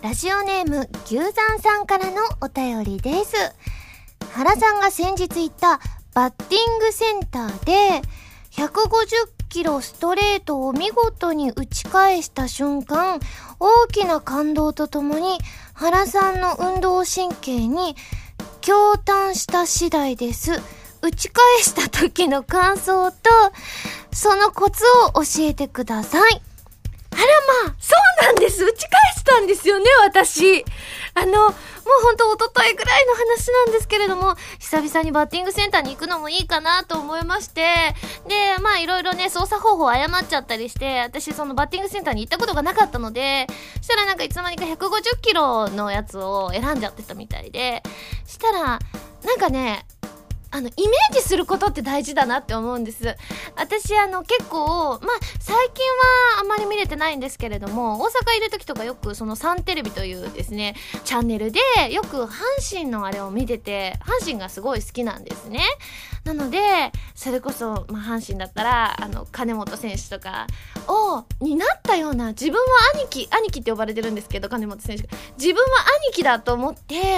ラジオネーム牛山さんからのお便りです。原さんが先日行ったバッティングセンターで150キロストレートを見事に打ち返した瞬間、大きな感動とともに原さんの運動神経に驚嘆した次第です。打ち返した時の感想とそのコツを教えてください。あらまあ、そうなんです。打ち返したんですよね、私。もうほんと一昨日ぐらいの話なんですけれども、久々にバッティングセンターに行くのもいいかなと思いまして、で、まあいろいろね、操作方法誤っちゃったりして、私そのバッティングセンターに行ったことがなかったので、そしたらなんかいつの間にか150キロのやつを選んじゃってたみたいで、したら、なんかね、イメージすることって大事だなって思うんです。私結構最近はあんまり見れてないんですけれども、大阪いる時とかよくそのサンテレビというですねチャンネルでよく阪神のあれを見てて、阪神がすごい好きなんですね。なのでそれこそ阪神だったら金本選手とかになったような、自分は兄貴って呼ばれてるんですけど、金本選手が自分は兄貴だと思って、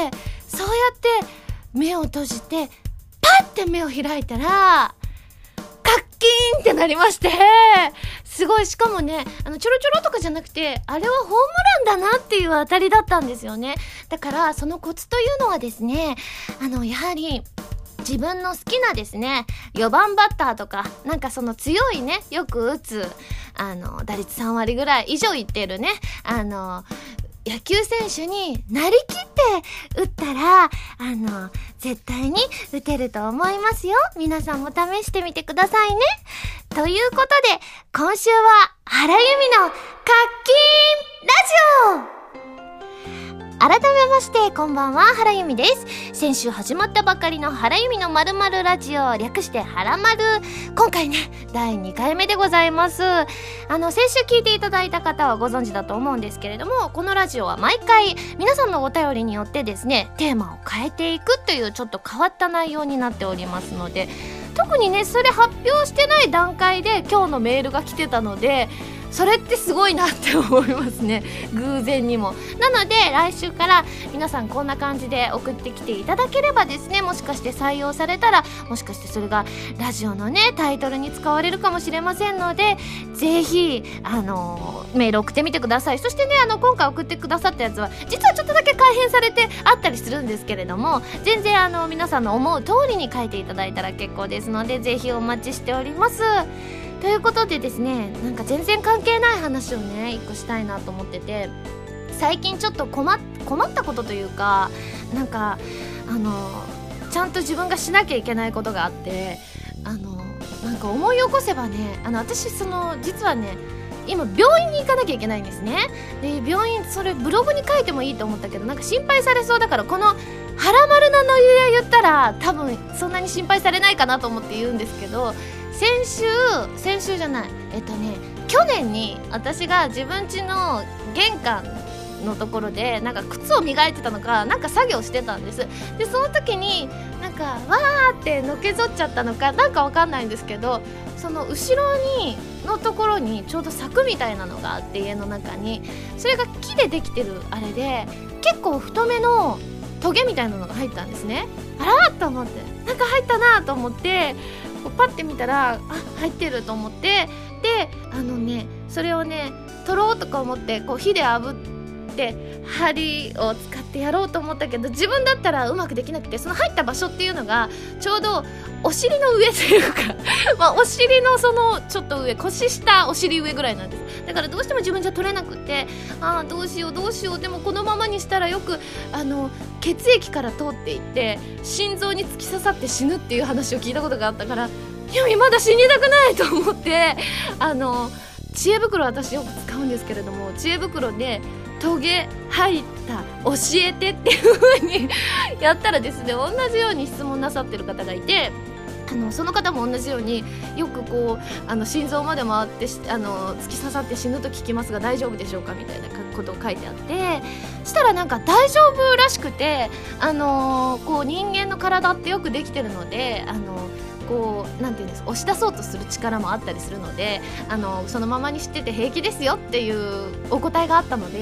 そうやって目を閉じてパッて目を開いたらカッキーンってなりまして、すごい、しかもねちょろちょろとかじゃなくて、あれはホームランだなっていう当たりだったんですよね。だからそのコツというのはですね、やはり自分の好きなですね4番バッターとか、なんかその強いね、よく打つ打率3割ぐらい以上いってるね野球選手になりきって打ったら絶対に打てると思いますよ。皆さんも試してみてくださいね。ということで今週は原由美のカッキーンラジオ。改めましてこんばんは、原由美です。先週始まったばかりの原由美の〇〇ラジオ、略して原〇。今回ね第2回目でございます。先週聞いていただいた方はご存知だと思うんですけれども、このラジオは毎回皆さんのお便りによってですねテーマを変えていくというちょっと変わった内容になっておりますので、特にねそれ発表してない段階で今日のメールが来てたので、それってすごいなって思いますね、偶然にも。なので来週から皆さんこんな感じで送ってきていただければですね、もしかして採用されたら、もしかしてそれがラジオのねタイトルに使われるかもしれませんので、ぜひメール送ってみてください。そしてね今回送ってくださったやつは実はちょっとだけ改変されてあったりするんですけれども、全然皆さんの思う通りに書いていただいたら結構ですので、ぜひお待ちしております。ということでですね、なんか全然関係ない話をね一個したいなと思ってて、最近ちょっと困ったことというか、なんかちゃんと自分がしなきゃいけないことがあって、なんか思い起こせばね、私実はね今病院に行かなきゃいけないんですね。で病院、それブログに書いてもいいと思ったけど、なんか心配されそうだから、この原丸のノリで言ったら多分そんなに心配されないかなと思って言うんですけど、先週じゃない、去年に私が自分家の玄関のところでなんか靴を磨いてたのかなんか作業してたんです。でその時になんかわーってのけぞっちゃったのかなんかわかんないんですけど、その後ろのところにちょうど柵みたいなのがあって、家の中にそれが木でできてるあれで結構太めのトゲみたいなのが入ったんですね。あらーと思って、なんか入ったなと思ってパッて見たら入ってると思って、でそれをね取ろうとか思って火で炙って針を使ってやろうと思ったけど、自分だったらうまくできなくて、その入った場所っていうのがちょうどお尻の上というかお尻のそのちょっと上、腰下お尻上ぐらいなんです。だからどうしても自分じゃ取れなくて、どうしよう、でもこのままにしたらよく血液から通っていって心臓に突き刺さって死ぬっていう話を聞いたことがあったから、まだ死にたくないと思って知恵袋、私よく使うんですけれども、知恵袋でトゲ入った教えてっていう風にやったらですね、同じように質問なさってる方がいて、その方も同じようによく心臓まで回って突き刺さって死ぬと聞きますが大丈夫でしょうかみたいなことを書いてあって、したらなんか大丈夫らしくて、人間の体ってよくできてるのでなんていうんです、押し出そうとする力もあったりするのでそのままにしてて平気ですよっていうお答えがあったので、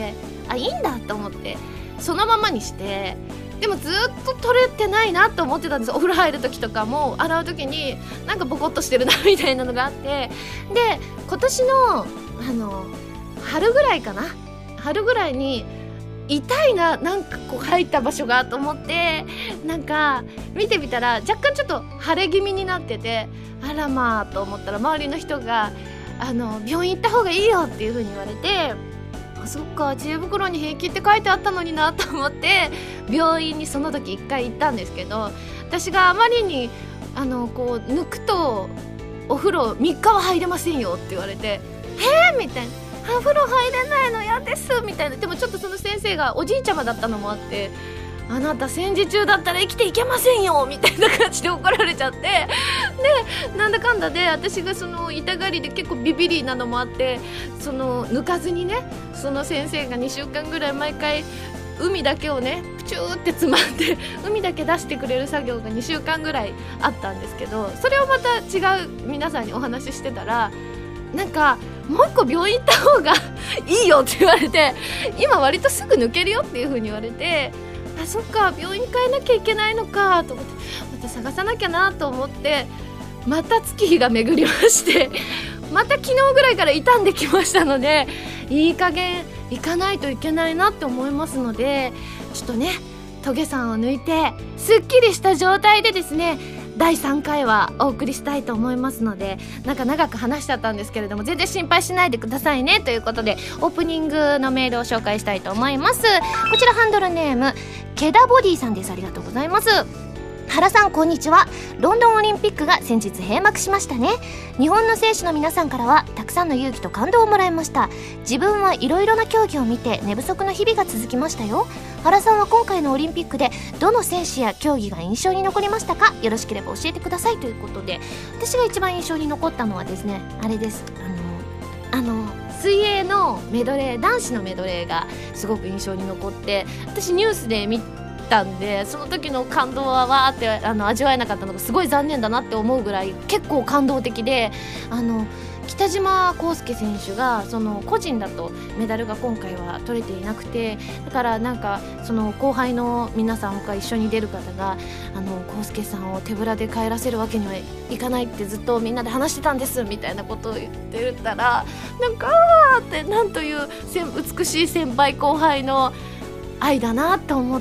いいんだと思ってそのままにして、でもずっと取れてないなと思ってたんです。お風呂入る時とかも洗う時になんかボコッとしてるなみたいなのがあって、で今年の春ぐらいかな、春ぐらいに痛いな、なんかこう入った場所がと思ってなんか見てみたら若干ちょっと腫れ気味になってて、あらまあと思ったら周りの人が病院行った方がいいよっていう風に言われて、あ、そっか、知恵袋に平気って書いてあったのになと思って病院にその時1回行ったんですけど、私があまりにこう抜くとお風呂3日は入れませんよって言われて、みたいな、お風呂入れないの嫌ですみたいな。でもちょっとその先生がおじいちゃまだったのもあって、あなた戦時中だったら生きていけませんよみたいな感じで怒られちゃって、でなんだかんだで私がその痛がりで結構ビビリなのもあって、その抜かずにね、その先生が2週間ぐらい毎回海だけをねプチューってつまんで海だけ出してくれる作業が2週間ぐらいあったんですけど、それをまた違う皆さんにお話ししてたら、なんかもう一個病院行った方がいいよって言われて、今割とすぐ抜けるよっていう風に言われて、あ、そっか、病院に変えなきゃいけないのかと思って、また探さなきゃなと思って、また月日が巡りましてまた昨日ぐらいから傷んできましたので、いい加減行かないといけないなって思いますので、ちょっとねトゲさんを抜いてすっきりした状態でですね第3回はお送りしたいと思いますので、なんか長く話しちゃったんですけれども全然心配しないでくださいねということで、オープニングのメールを紹介したいと思います。こちらハンドルネームケダボディさんです。ありがとうございます。原さんこんにちは。ロンドンオリンピックが先日閉幕しましたね。日本の選手の皆さんからはたくさんの勇気と感動をもらいました。自分はいろいろな競技を見て寝不足の日々が続きましたよ。原さんは今回のオリンピックでどの選手や競技が印象に残りましたか？よろしければ教えてくださいということで、私が一番印象に残ったのはですね、あれです、水泳のメドレー、男子のメドレーがすごく印象に残って、私ニュースで見たんでその時の感動はわーって味わえなかったのがすごい残念だなって思うぐらい結構感動的で、北島康介選手がその個人だとメダルが今回は取れていなくて、だからなんかその後輩の皆さんが一緒に出る方が康介さんを手ぶらで帰らせるわけにはいかないってずっとみんなで話してたんですみたいなことを言ってたら、なんかあーって、なんという美しい先輩後輩の愛だなと思って、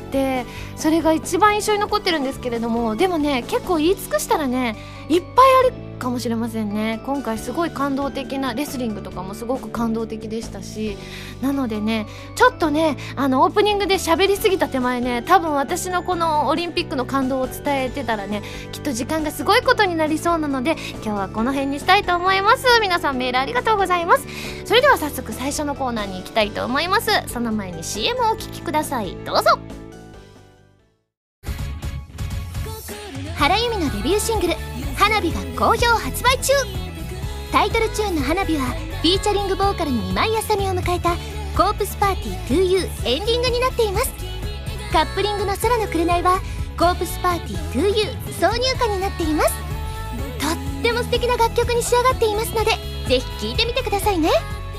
それが一番印象に残ってるんですけれども、でもね結構言い尽くしたらねいっぱいあるかもしれませんね。今回すごい感動的なレスリングとかもすごく感動的でしたし、なのでねちょっとねオープニングで喋りすぎた手前ね、多分私のこのオリンピックの感動を伝えてたらねきっと時間がすごいことになりそうなので、今日はこの辺にしたいと思います。皆さんメールありがとうございます。それでは早速最初のコーナーに行きたいと思います。その前に CM をお聴きください。どうぞ。原由美のデビューシングル花火が好評発売中。タイトルチューンの花火はフィーチャリングボーカルに今井あさみを迎えたコープスパーティー 2U エンディングになっています。カップリングの空の紅はコープスパーティー 2U 挿入歌になっています。とっても素敵な楽曲に仕上がっていますのでぜひ聴いてみてくださいね。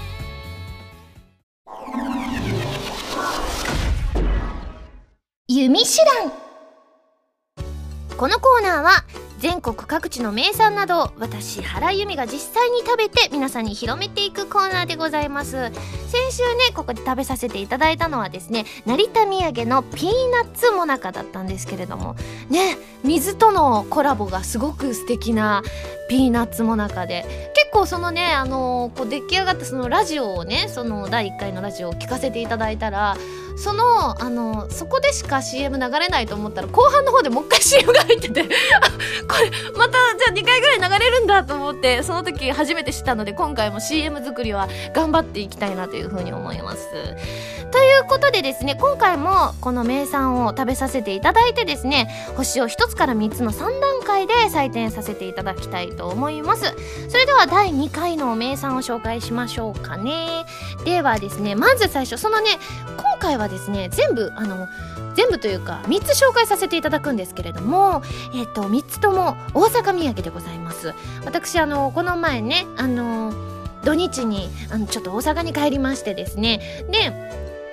ユミシュラン。このコーナーは全国各地の名産などを私原由美が実際に食べて皆さんに広めていくコーナーでございます。先週ねここで食べさせていただいたのはですね、成田土産のピーナッツもなかだったんですけれどもね、水とのコラボがすごく素敵なピーナッツもなかで、結構そのねこう出来上がったそのラジオをね、その第1回のラジオを聞かせていただいたら、そこでしか CM 流れないと思ったら後半の方でもう一回 CM が入っててこれまたじゃあ2回ぐらい流れるんだと思って、その時初めて知ったので今回も CM 作りは頑張っていきたいなというふうに思います。ということでですね、今回もこの名産を食べさせていただいてですね、星を1つから3つの3段階で採点させていただきたいと思います。それでは第2回の名産を紹介しましょうかね。ではですね、まず最初そのね、今回はですね全部というか3つ紹介させていただくんですけれども、3つとも大阪土産でございます。私この前ね土日にちょっと大阪に帰りましてですね、で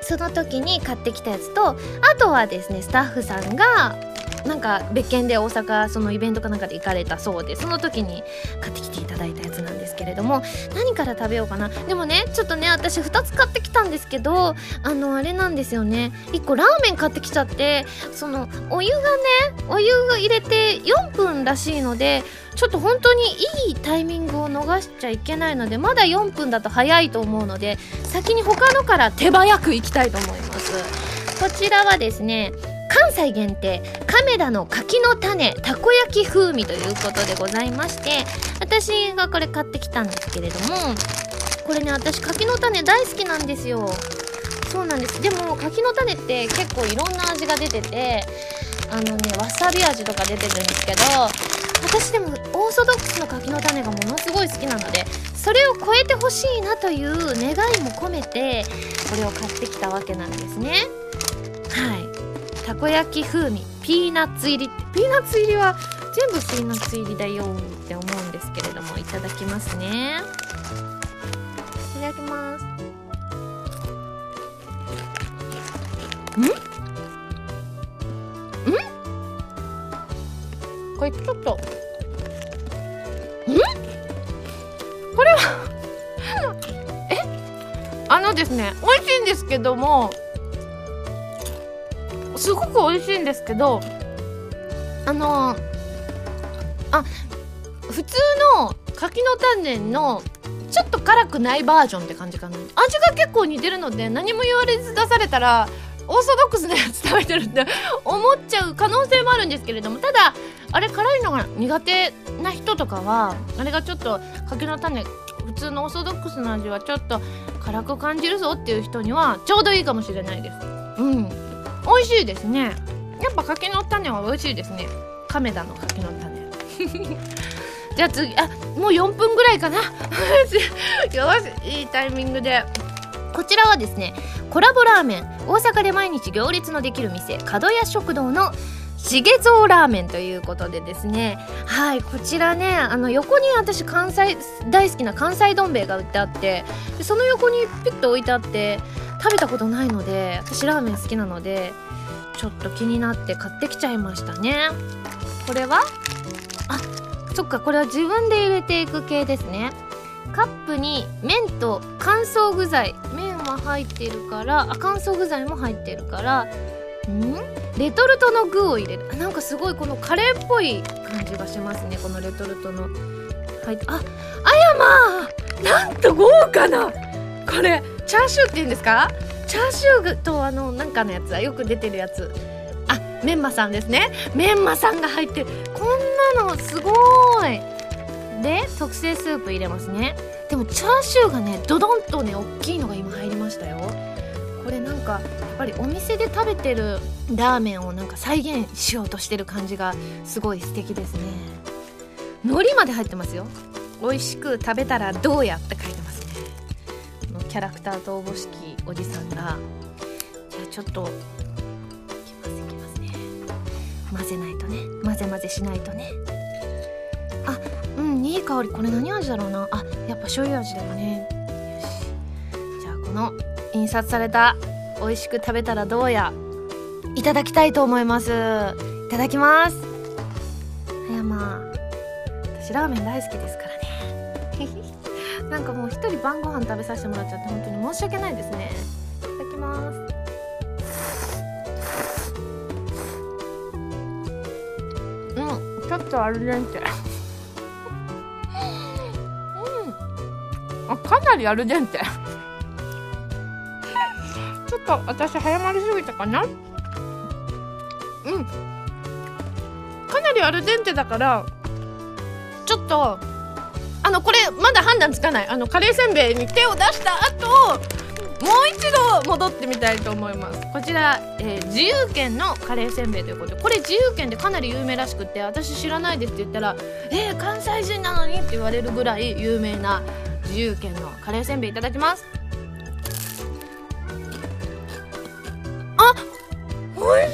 その時に買ってきたやつと、あとはですねスタッフさんがなんか別件で大阪そのイベントかなんかで行かれたそうで、その時に買ってきていただいたやつなんですけれども、何から食べようかな。でもねちょっとね私2つ買ってきたんですけど、あれなんですよね、1個ラーメン買ってきちゃって、そのお湯入れて4分らしいので、ちょっと本当にいいタイミングを逃しちゃいけないので、まだ4分だと早いと思うので先に他のから手早くいきたいと思います。こちらはですね関西限定亀田の柿の種たこ焼き風味ということでございまして、私がこれ買ってきたんですけれども、これね私柿の種大好きなんですよ。そうなんです。でも柿の種って結構いろんな味が出てて、わさび味とか出てるんですけど、私でもオーソドックスの柿の種がものすごい好きなので、それを超えてほしいなという願いも込めてこれを買ってきたわけなんですね。はい、たこ焼き風味ピーナッツ入り、ピーナッツ入りは全部ピーナッツ入りだよって思うんですけれども、いただきますね。いただきます。これちょっとこれはですね美味しいんですけども、すごく美味しいんですけど、普通の柿の種のちょっと辛くないバージョンって感じかな。味が結構似てるので、何も言われず出されたらオーソドックスなやつ食べてるって思っちゃう可能性もあるんですけれども、ただあれ辛いのが苦手な人とかは、あれがちょっと柿の種普通のオーソドックスの味はちょっと辛く感じるぞっていう人にはちょうどいいかもしれないです。美味しいですね。やっぱ柿の種は美味しいですね。亀田の柿の種じゃあ次、もう4分ぐらいかなよし、いいタイミングで。こちらはですねコラボラーメン、大阪で毎日行列のできる店角屋食堂のしげぞうラーメンということでですね、はい、こちらね横に私関西大好きな関西どん兵衛が売ってあって、でその横にピュッと置いてあって、食べたことないので、私ラーメン好きなのでちょっと気になって買ってきちゃいましたね。これはそっか、これは自分で入れていく系ですね。カップに麺と乾燥具材、麺は入ってるから、乾燥具材も入ってるから、レトルトの具を入れる。なんかすごいこのカレーっぽい感じがしますね、このレトルトの入って。あやまなんと豪華な、これチャーシューって言うんですか、チャーシューとなんかのやつはよく出てるやつ、メンマさんですね。メンマさんが入ってる、こんなのすごい。で特製スープ入れますね。でもチャーシューがねドドンとね大きいのが今入りましたよ。これなんかやっぱりお店で食べてるラーメンをなんか再現しようとしてる感じがすごい素敵ですね。海苔まで入ってますよ。美味しく食べたらどうやって書いてますね。このキャラクターとおぼしきおじさんが。じゃあちょっといきますね。混ぜないとね、混ぜしないとね。いい香り。これ何味だろうな。やっぱ醤油味だよね。よし、じゃあこの印刷された美味しく食べたらどうやいただきたいと思います。いただきます。私ラーメン大好きですからねなんかもう一人晩ご飯食べさせてもらっちゃって本当に申し訳ないですね。いただきます。ちょっとアルデンテかなりアルデンテちょっと私早まりすぎたかな。かなりアルデンテだからちょっとこれまだ判断つかない。カレーせんべいに手を出した後もう一度戻ってみたいと思います。こちら、自由軒のカレーせんべいということで、これ自由軒でかなり有名らしくって、私知らないですって言ったら関西人なのにって言われるぐらい有名な自由軒のカレーせんべいいただきます。おいしい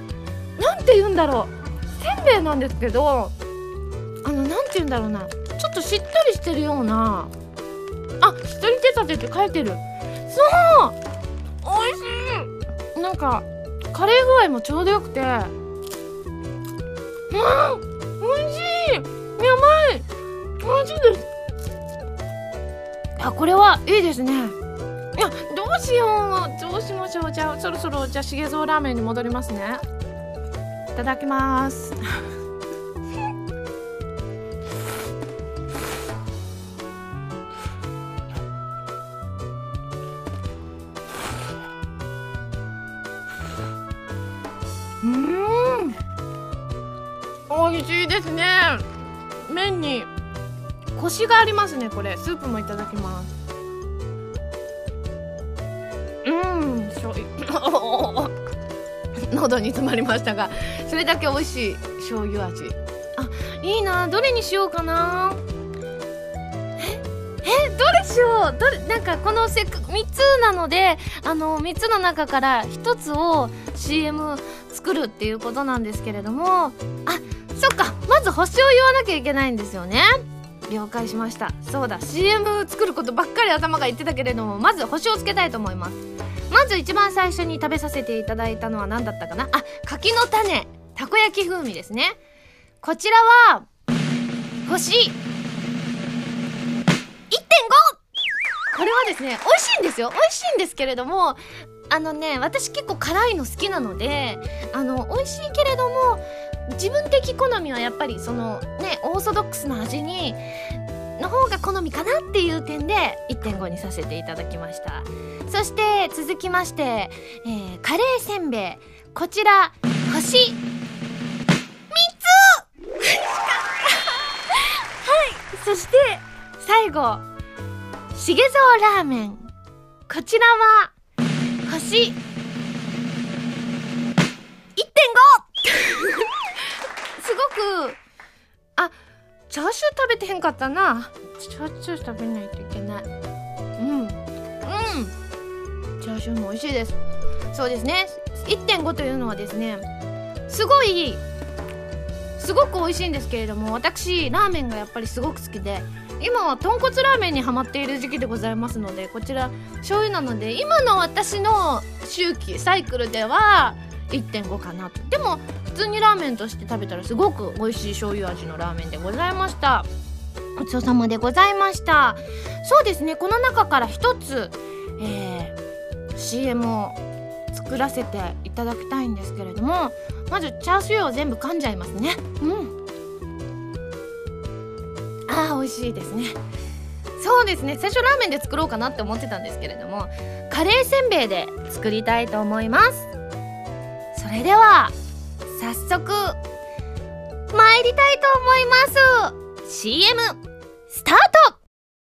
なんて言うんだろう、せんべいなんですけどなんて言うんだろうな、ちょっとしっとりしてるような、あ、しっとり手立てって書いてる。そう、美味しい。なんかカレー具合もちょうどよくて、美味しい。やばい、美味しいです。あ、これはいいですね。いや、どうしよう、どうしましょう。じゃあそろそろ、じゃあしげぞうラーメンに戻りますね。いただきます美味しいですね。麺にコシがありますね。これスープもいただきます。醤油喉に詰まりましたが、それだけ美味しい醤油味。あ、いいな。どれにしようかな。どれしよう。なんかこの3つなので、3つの中から1つを CM 作るっていうことなんですけれども、あ、そっか、まず星を言わなきゃいけないんですよね。了解しました。そうだ、 CM 作ることばっかり頭が言ってたけれども、まず星をつけたいと思います。まず一番最初に食べさせていただいたのは何だったかな。あ、柿の種たこ焼き風味ですね。こちらは星 1.5。 これはですね、美味しいんですよ。美味しいんですけれども、私結構辛いの好きなので、美味しいけれども自分的好みはやっぱりそのね、オーソドックスな味の方が好みかなっていう点で 1.5 にさせていただきました。そして続きまして、カレーせんべい、こちら星3つはい。そして最後、しげぞうラーメン、こちらは星 1.5 すごく、あ、チャーシュー食べてへんかったな。チャーシュー食べないといけない。チャーシューも美味しいです。そうですね、 1.5 というのはですね、すごく美味しいんですけれども、私ラーメンがやっぱりすごく好きで、今は豚骨ラーメンにハマっている時期でございますので、こちら醤油なので、今の私の周期サイクルでは 1.5 かなと。でも普通にラーメンとして食べたらすごく美味しい醤油味のラーメンでございました。ごちそうさまでございました。そうですね、この中から一つ、CM を作らせていただきたいんですけれども、まずチャーシューを全部噛んじゃいますね。あー、美味しいですね。そうですね、最初ラーメンで作ろうかなって思ってたんですけれども、カレーせんべいで作りたいと思います。それでは早速参りたいと思います。 CM スタート。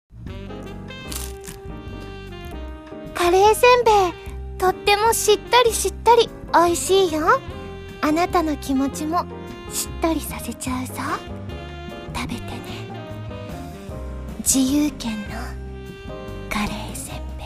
カレーせんべい、とってもしっとりしっとり美味しいよ。あなたの気持ちもしっとりさせちゃうぞ。食べてね。自由軒のカレーせんべい。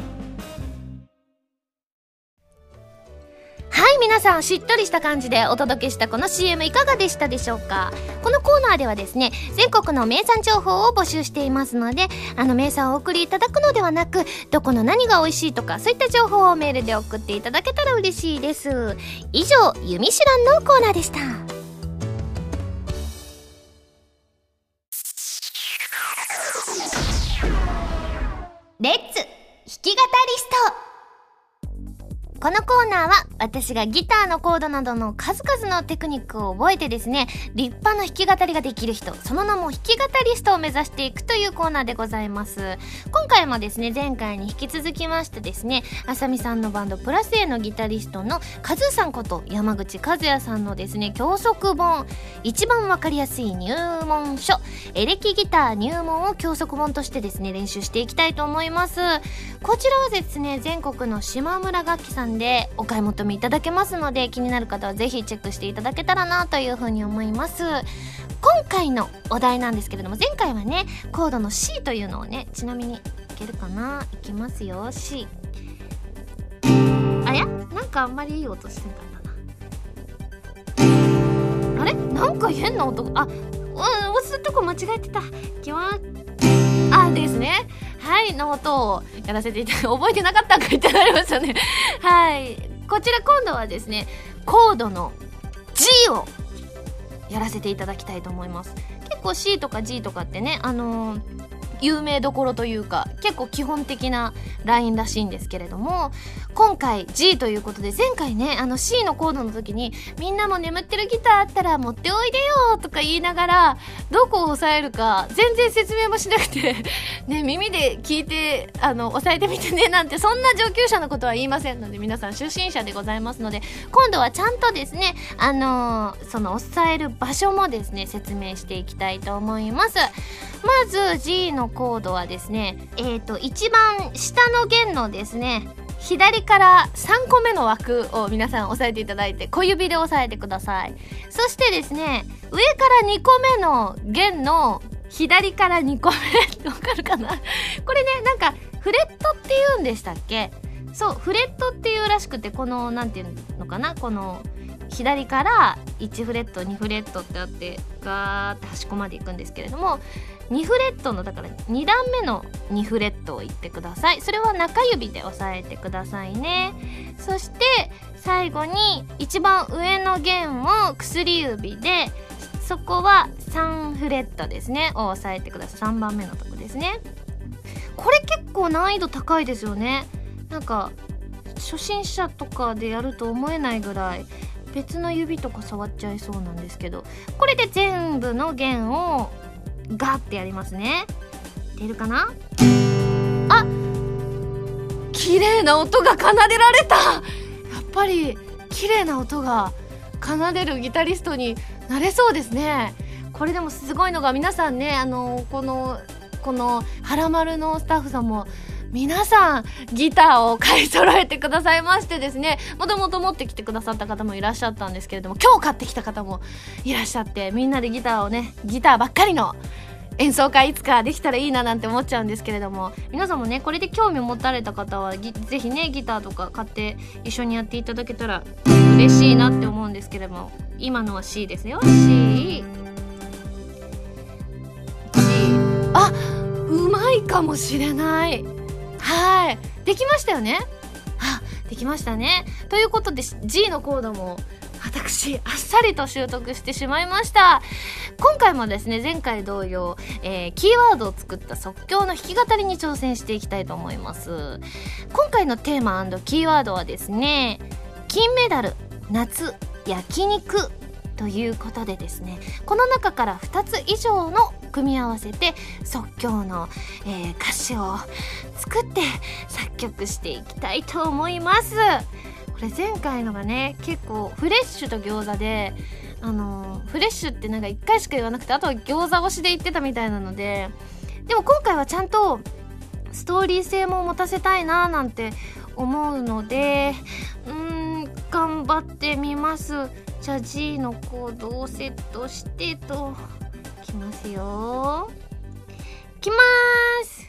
はい、皆さん、しっとりした感じでお届けしたこの CM いかがでしたでしょうか。このコーナーではですね、全国の名産情報を募集していますので、名産をお送りいただくのではなく、どこの何が美味しいとか、そういった情報をメールで送っていただけたら嬉しいです。以上、ゆみしゅらんのコーナーでした。レッツ弾き語りスト。このコーナーは私がギターのコードなどの数々のテクニックを覚えてですね、立派な弾き語りができる人、その名も弾き語りストを目指していくというコーナーでございます。今回もですね、前回に引き続きましてですね、あさみさんのバンドプラス A のギタリストのカズーさんこと山口和也さんのですね、教則本、一番わかりやすい入門書、エレキギター入門を教則本としてですね、練習していきたいと思います。こちらはですね、全国の島村楽器さんでお買い求めいただけますので、気になる方はぜひチェックしていただけたらなというふうに思います。今回のお題なんですけれども、前回はね、コードの C というのをね、ちなみにいけるかな、いきますよ。 C。 あや、なんかあんまりいい音してたんだな。あれ、なんか変な音、あ、 押すとこ間違えてた。いきます。ですね。はいの音をやらせていただいて、覚えてなかったんかってなりましたね。はい、こちら今度はですねコードの G をやらせていただきたいと思います。結構 C とか G とかってね有名どころというか結構基本的なラインらしいんですけれども、今回 G ということで、前回ねC のコードの時にみんなも眠ってるギターあったら持っておいでよとか言いながらどこを押さえるか全然説明もしなくてね、耳で聞いて押さえてみてねなんて、そんな上級者のことは言いませんので、皆さん初心者でございますので、今度はちゃんとですねその押さえる場所もですね説明していきたいと思います。まず G のコードはですね一番下の弦のですね左から3個目の枠を皆さん押さえていただいて、小指で押さえてください。そしてですね上から2個目の弦の左から2個目わかるかなこれねなんかフレットって言うんでしたっけ。そうフレットっていうらしくて、このなんていうのかな、この左から1フレット2フレットってあってガーって端っこまで行くんですけれども、2フレットのだから2段目の2フレットを言ってください。それは中指で押さえてくださいね。そして最後に一番上の弦を薬指で、そこは3フレットですねを押さえてください。3番目のとこですね。これ結構難易度高いですよね。なんか初心者とかでやると思えないぐらい別の指とか触っちゃいそうなんですけど、これで全部の弦をガーってやりますね。出るかな。あ、綺麗な音が奏でられた。やっぱり綺麗な音が奏でるギタリストになれそうですね。これでもすごいのが皆さんねこのはらまるのスタッフさんも皆さんギターを買い揃えてくださいましてですね、もともと持ってきてくださった方もいらっしゃったんですけれども、今日買ってきた方もいらっしゃって、みんなでギターばっかりの演奏会いつかできたらいいななんて思っちゃうんですけれども、皆さんもねこれで興味を持たれた方はぜひねギターとか買って一緒にやっていただけたら嬉しいなって思うんですけれども、今のは C ですよ。 C あ、うまいかもしれない。はい、できましたよね。できましたね。ということで G のコードも私あっさりと習得してしまいました。今回もですね前回同様、キーワードを作った即興の弾き語りに挑戦していきたいと思います。今回のテーマ&キーワードはですね、金メダル、夏、焼肉ということでですね、この中から2つ以上の組み合わせて即興の、歌詞を作って作曲していきたいと思います。これ前回のがね結構フレッシュと餃子でフレッシュってなんか1回しか言わなくて、あとは餃子推しで言ってたみたいなので、でも今回はちゃんとストーリー性も持たせたいななんて思うので頑張ってみます。じゃあ G のコードをセットしてといきますよ。いきまーす。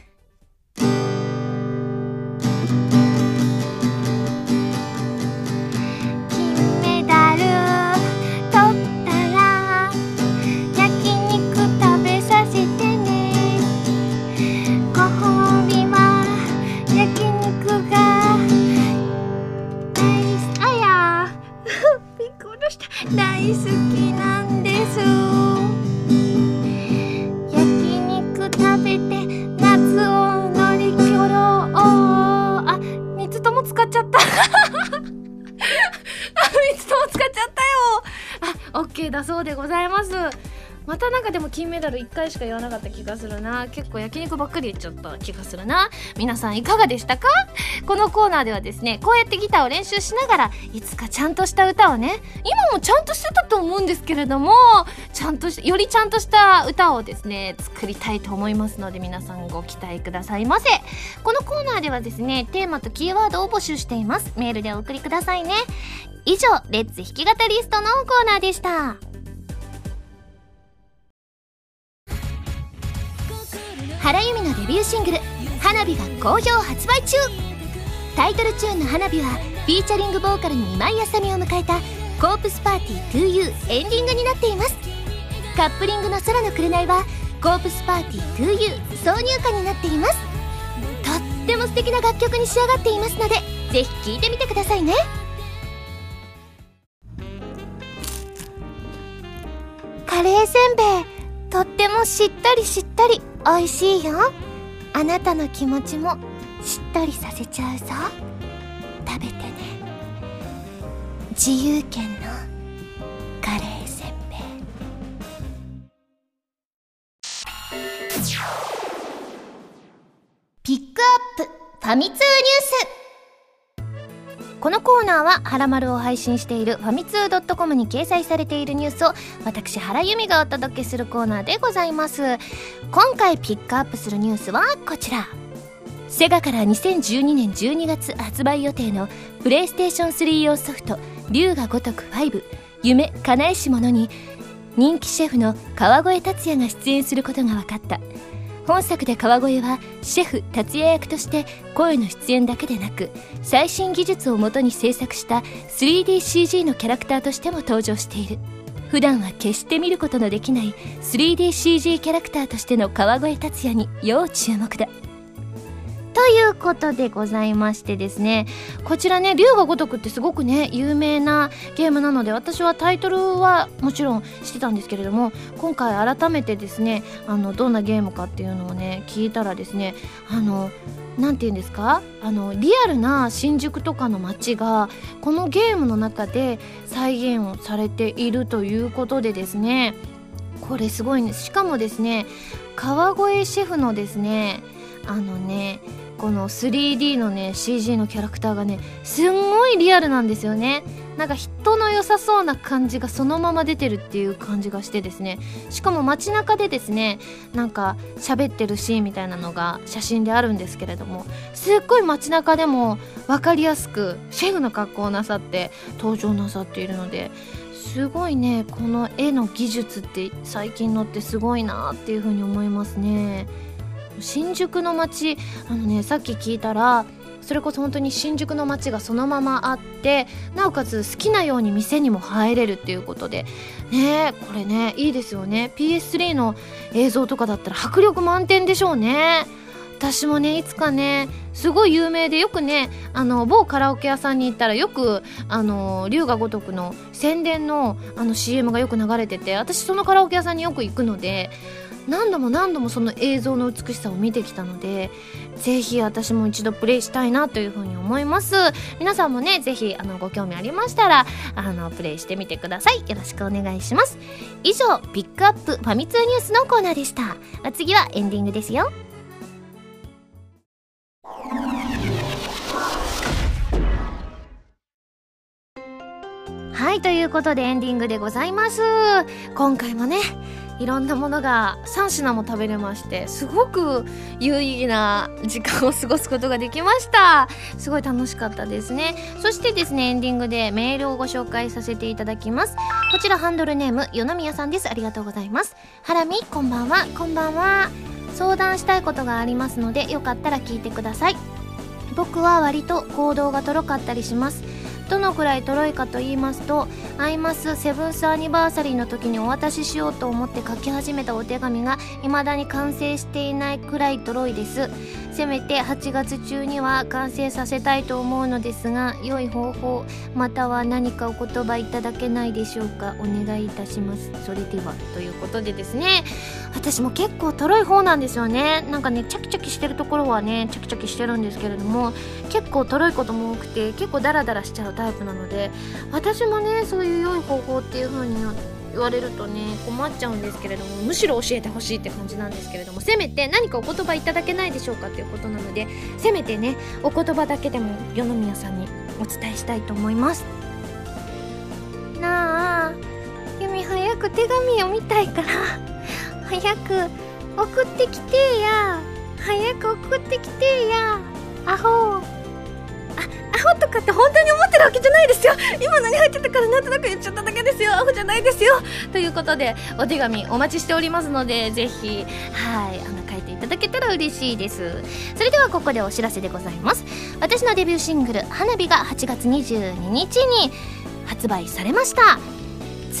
金メダル取ったら焼肉食べさせてね。ご褒美は焼肉がびっくりした大好きなんです。焼肉食べて夏を乗り切ろう。あ、3つとも使っちゃった3つとも使っちゃったよ。OK だそうでございます。またなんかでも金メダル1回しか言わなかった気がするな。結構焼肉ばっかり言っちゃった気がするな。皆さんいかがでしたか？このコーナーではですね、こうやってギターを練習しながらいつかちゃんとした歌をね、今もちゃんとしてたと思うんですけれども、よりちゃんとした歌をですね作りたいと思いますので、皆さんご期待くださいませ。このコーナーではですねテーマとキーワードを募集しています。メールでお送りくださいね。以上、レッツ弾き語りストのコーナーでした。原由美のデビューシングル「花火」が好評発売中。タイトルチューンの「花火」はフィーチャリングボーカルに今井あさみを迎えた「コープスパーティー 2U」エンディングになっています。 カップリングの空の紅はコープスパーティー 2U 挿入歌になっています。とっても素敵な楽曲に仕上がっていますので、ぜひ聴いてみてくださいね。カレーせんべい、とってもしったりしったり美味しいよ。あなたの気持ちもしっとりさせちゃうぞ。食べてね。自由軒のカレーせんべい。ピックアップファミ通ニュース。このコーナーはハラマルを配信しているファミツー .com に掲載されているニュースを私原由美がお届けするコーナーでございます。今回ピックアップするニュースはこちら。セガから2012年12月発売予定のプレイステーション3用ソフト龍が如く5夢叶えし者に人気シェフの川越達也が出演することが分かった。本作で川越はシェフ達也役として声の出演だけでなく、最新技術をもとに制作した 3DCG のキャラクターとしても登場している。普段は決して見ることのできない 3DCG キャラクターとしての川越達也に要注目だ。ということでございましてですね、こちらね、龍が如くってすごくね有名なゲームなので、私はタイトルはもちろん知ってたんですけれども、今回改めてですねどんなゲームかっていうのをね聞いたらですね、なんていうんですか、リアルな新宿とかの街がこのゲームの中で再現をされているということでですね、これすごいね。しかもですね、川越シェフのですねこの 3D のね CG のキャラクターがねすんごいリアルなんですよね。なんか人の良さそうな感じがそのまま出てるっていう感じがしてですね、しかも街中でですねなんか喋ってるシーンみたいなのが写真であるんですけれども、すっごい街中でも分かりやすくシェフの格好をなさって登場なさっているので、すごいね、この絵の技術って最近のってすごいなっていう風に思いますね。新宿の街さっき聞いたら、それこそ本当に新宿の街がそのままあって、なおかつ好きなように店にも入れるっていうことでね、これねいいですよね。 PS3 の映像とかだったら迫力満点でしょうね。私もねいつかね、すごい有名でよくね某カラオケ屋さんに行ったらよく龍が如くの宣伝のCM がよく流れてて、私そのカラオケ屋さんによく行くので何度もその映像の美しさを見てきたので、ぜひ私も一度プレイしたいなというふうに思います。皆さんもねぜひご興味ありましたらプレイしてみてください。よろしくお願いします。以上ピックアップファミ通ニュースのコーナーでした。次はエンディングですよ。はい、ということでエンディングでございます。今回もねいろんなものが3品も食べれまして、すごく有意義な時間を過ごすことができました。すごい楽しかったですね。そしてですね、エンディングでメールをご紹介させていただきます。こちらハンドルネーム与宮さんです。ありがとうございます。ハラミこんばんは。こんばんは。相談したいことがありますのでよかったら聞いてください。僕は割と行動がとろかったりします。どのくらいとろいかと言いますと、アイマスセブンスアニバーサリーの時にお渡ししようと思って書き始めたお手紙が未だに完成していないくらいとろいです。せめて8月中には完成させたいと思うのですが、良い方法または何かお言葉いただけないでしょうか。お願いいたします。それでは、ということでですね、私も結構とろい方なんですよね。なんかねチャキチャキしてるところはねチャキチャキしてるんですけれども、結構とろいことも多くて結構ダラダラしちゃうタイプなので、私もねそういう良い方法っていう風に言われるとね困っちゃうんですけれども、むしろ教えてほしいって感じなんですけれども、せめて何かお言葉いただけないでしょうかっていうことなので、せめてねお言葉だけでも与宮さんにお伝えしたいと思います。なあユミ、早く手紙読みたいから早く送ってきてや。早く送ってきてや。アホとかって本当に思ってるわけじゃないですよ。今何入ってたからなんとなく言っちゃっただけですよ。アホじゃないですよ。ということでお手紙お待ちしておりますので、ぜひ書いていただけたら嬉しいです。それではここでお知らせでございます。私のデビューシングル花火が8月22日に発売されました。つ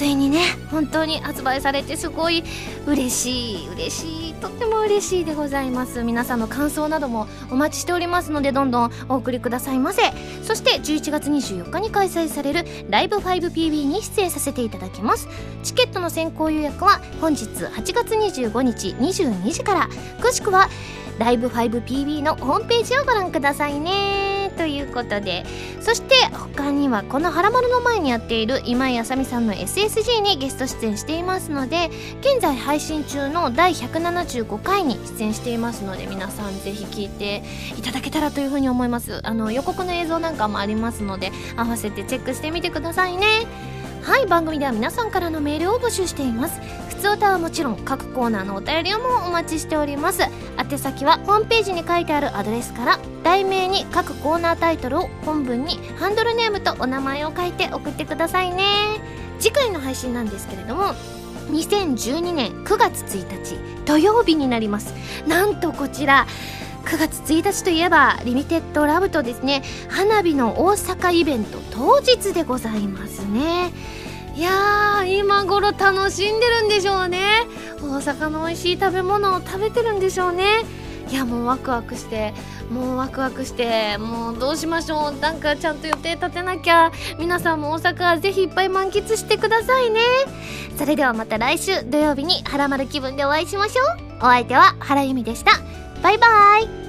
ついにね本当に発売されてすごい嬉しいとっても嬉しいでございます。皆さんの感想などもお待ちしておりますのでどんどんお送りくださいませ。そして11月24日に開催されるライブ 5PB に出演させていただきます。チケットの先行予約は本日8月25日22時から。詳しくはライブ 5PB のホームページをご覧くださいねということで、そして他にはこのハラマルの前にやっている今井あさみさんの SSG にゲスト出演していますので、現在配信中の第175回に出演していますので、皆さんぜひ聞いていただけたらというふうに思います。予告の映像なんかもありますので合わせてチェックしてみてくださいね。はい、番組では皆さんからのメールを募集しています。ふつおたはもちろん各コーナーのお便りをもお待ちしております。宛先はホームページに書いてあるアドレスから、題名に各コーナータイトルを、本文にハンドルネームとお名前を書いて送ってくださいね。次回の配信なんですけれども、2012年9月1日土曜日になります。なんとこちら9月1日といえばリミテッドラブとですね、花火の大阪イベント当日でございますね。いやー、今頃楽しんでるんでしょうね。大阪の美味しい食べ物を食べてるんでしょうね。いや、もうワクワクしてもうどうしましょう。なんかちゃんと予定立てなきゃ。皆さんも大阪ぜひいっぱい満喫してくださいね。それではまた来週土曜日にハラマル気分でお会いしましょう。お相手は原由美でした。バイバイ。